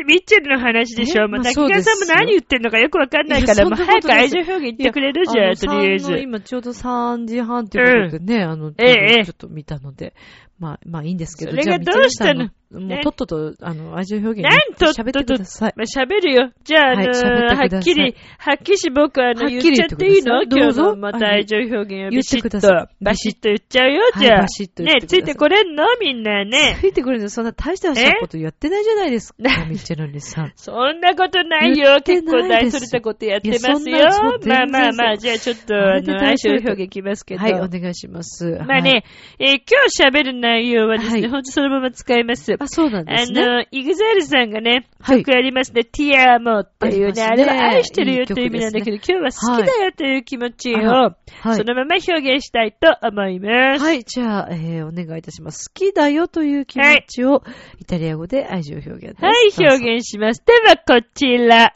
ミッチェルの話でしょ。もう滝川さんも何言ってんのかよくわかんないから、もう早く愛情表現言ってくれるじゃん、とりあえず。 今ちょうどさんじはんということでね、うん、あの、ええ、ちょっと見たので、まあ、まあいいんですけど、 それがどうしたの？ もうとっとと、あの、愛情表現なんとっとと、 喋ってください。 まあ、喋るよ。じゃあ、あのー、はっきり、はっきりし僕はあの、言っちゃっていいの？ どうぞ。 また愛情表現をビシッと、 バシッと言っちゃうよ、じゃあ。 はい、バシッと言ってください。 ね、ついてこれんのみんなね。 ついてこれんのそんな大したことやってないじゃないですか、ミッチェルにさん。 そんなことないよ。結構大それたことやってますよ。まあまあまあ、じゃあちょっと、あの、愛情表現いきますけど。 はい、お願いします。 まあね、えー、今日喋る内容はですね、ほんとそのまま使います。 あ、そうなんですね。 あの、イグザイルさんがね、曲ありますね。ティアモっていうね、あれは愛してるよという意味なんだけど、今日は好きだよという気持ちを、そのまま表現したいと思います。 はい、じゃあ、えー、お願いいたします。好きだよという気持ちを、イタリア語で愛情表現です。 はい、表現します。では、こちら。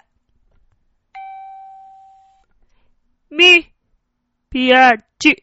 み、ピアチ。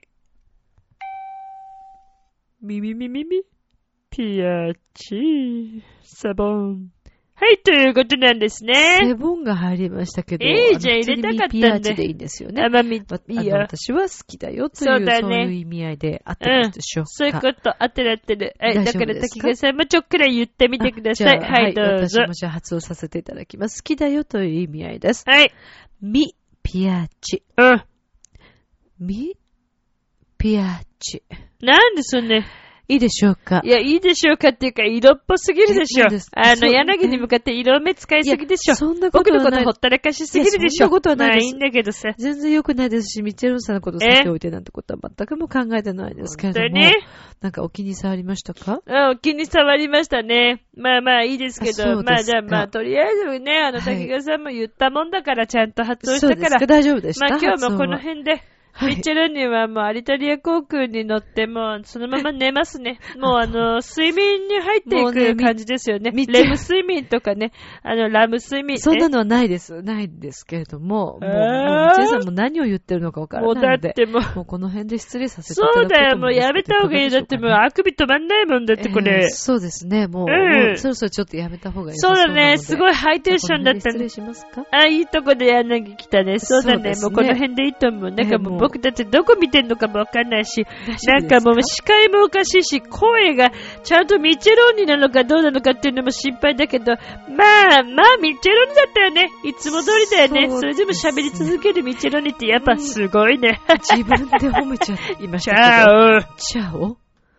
みみみみみ。ピアチ、サボン。はい、ということなんですね。 セボンが入りましたけど。 ええー、じゃあ入れたかったんで。 ピアチでいいんですよね。 あ、まあ、み、 いや。私は好きだよという、そうだね、そういう意味合いで合ってますでしょうか。 うん、そういうこと、合ってる合ってる。はい、だから滝川さんもちょっくら言ってみてください。はい、どうぞ。 私もじゃあ発音させていただきます。好きだよという意味合いです。 はい。 み、ピアチ。 うん。 み、ピアチ。 なんでそんな、 いいでしょうか。 いや、いいでしょうかっていうか、色っぽすぎるでしょ。あの、柳に向かって色目使いすぎでしょ。 そんなことはない。僕のことほったらかしすぎるでしょ。 そんなことはないです。 まあいいんだけどさ。 全然良くないですし、ミッチェルさんのことをさせておいてなんてことは全くも考えてないですけれども。ね、なんかお気に障りましたか？ うん、お気に障りましたね。まあまあいいですけど、まあじゃあまあとりあえずね、あの、滝川さんも言ったもんだからちゃんと発音したから。 そうですか、大丈夫でした。 まあ今日もこの辺で。はい、ミッチェルにはもうアリタリア航空に乗ってもうそのまま寝ますね。もうあの、睡眠に入っていく感じですよね。ねレム睡眠とかね、あの、ラム睡眠、ね。 そんなのはないです。ないんですけれども、もう、もうミッチェルさんも何を言ってるのかわからないので。もうだってもう、もうこの辺で失礼させていただくと思うんですけど。 そうだよ、もうやめた方がいい。だってもうあくび止まんないもんだってこれ。 えー、そうですね、もう、うん、もうそろそろちょっとやめた方がいい。 そうだね、すごいハイテンションだったね。 失礼しますか？ あ、いいとこで柳来たね。そうだね、もうこの辺でいいと思う。なんかもう僕だってどこ見てんのかもわかんないし、なんかもう視界もおかしいし、声がちゃんとミッチェローニなのかどうなのかっていうのも心配だけど、まあ、まあミッチェローニだったよね。いつも通りだよね。それでも喋り続けるミッチェローニってやっぱすごいね。 自分で褒めちゃいましたけど。チャオ。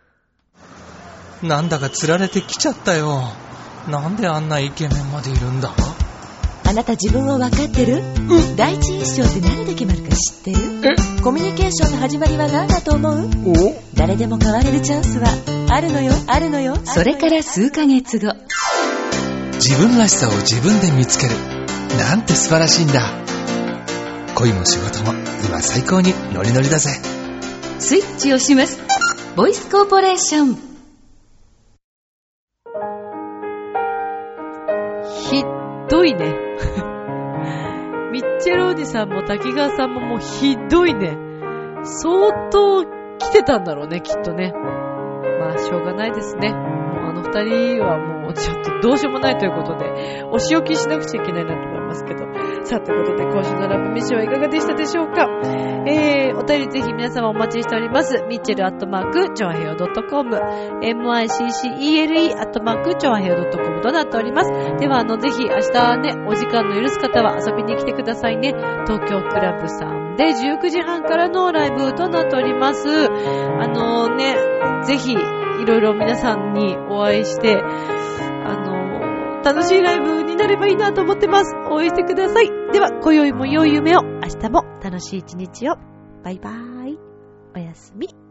なんだか釣られてきちゃったよ。なんであんなイケメンまでいるんだ？ あなた自分を分かってる？うん、第一印象って何で決まるか知ってる？え？コミュニケーションの始まりは何だと思う？お？誰でも変われるチャンスはあるのよ、あるのよ。それから数ヶ月後。 自分らしさを自分で見つける。なんて素晴らしいんだ。恋も仕事も今最高にノリノリだぜ。 スイッチをします。ボイスコーポレーション。 ひどいね。ミッチェローニさんも滝川さんももうひどいね。相当来てたんだろうね、きっとね。まあ、しょうがないですね。もうあの二人はもうちょっとどうしようもないということで、お仕置きしなくちゃいけないなと思いますけど。さあ、ということで今週のラブミッションはいかがでしたでしょうか？えー、お便りぜひ皆様お待ちしております。ミッチェルアットマーク、チョアヘヨドットコム、ミッチェル アットマーク、チョアヘヨドットコムとなっております。では、あの、ぜひ明日ね、お時間の許す方は遊びに来てくださいね。東京クラブさんでじゅうくじはんからのライブとなっております。あのね、ぜひ、いろいろ皆さんにお会いして、あの、楽しいライブになればいいなと思ってます。応援してください。では、今宵も良い夢を、明日も楽しい一日を。バイバーイ。おやすみ。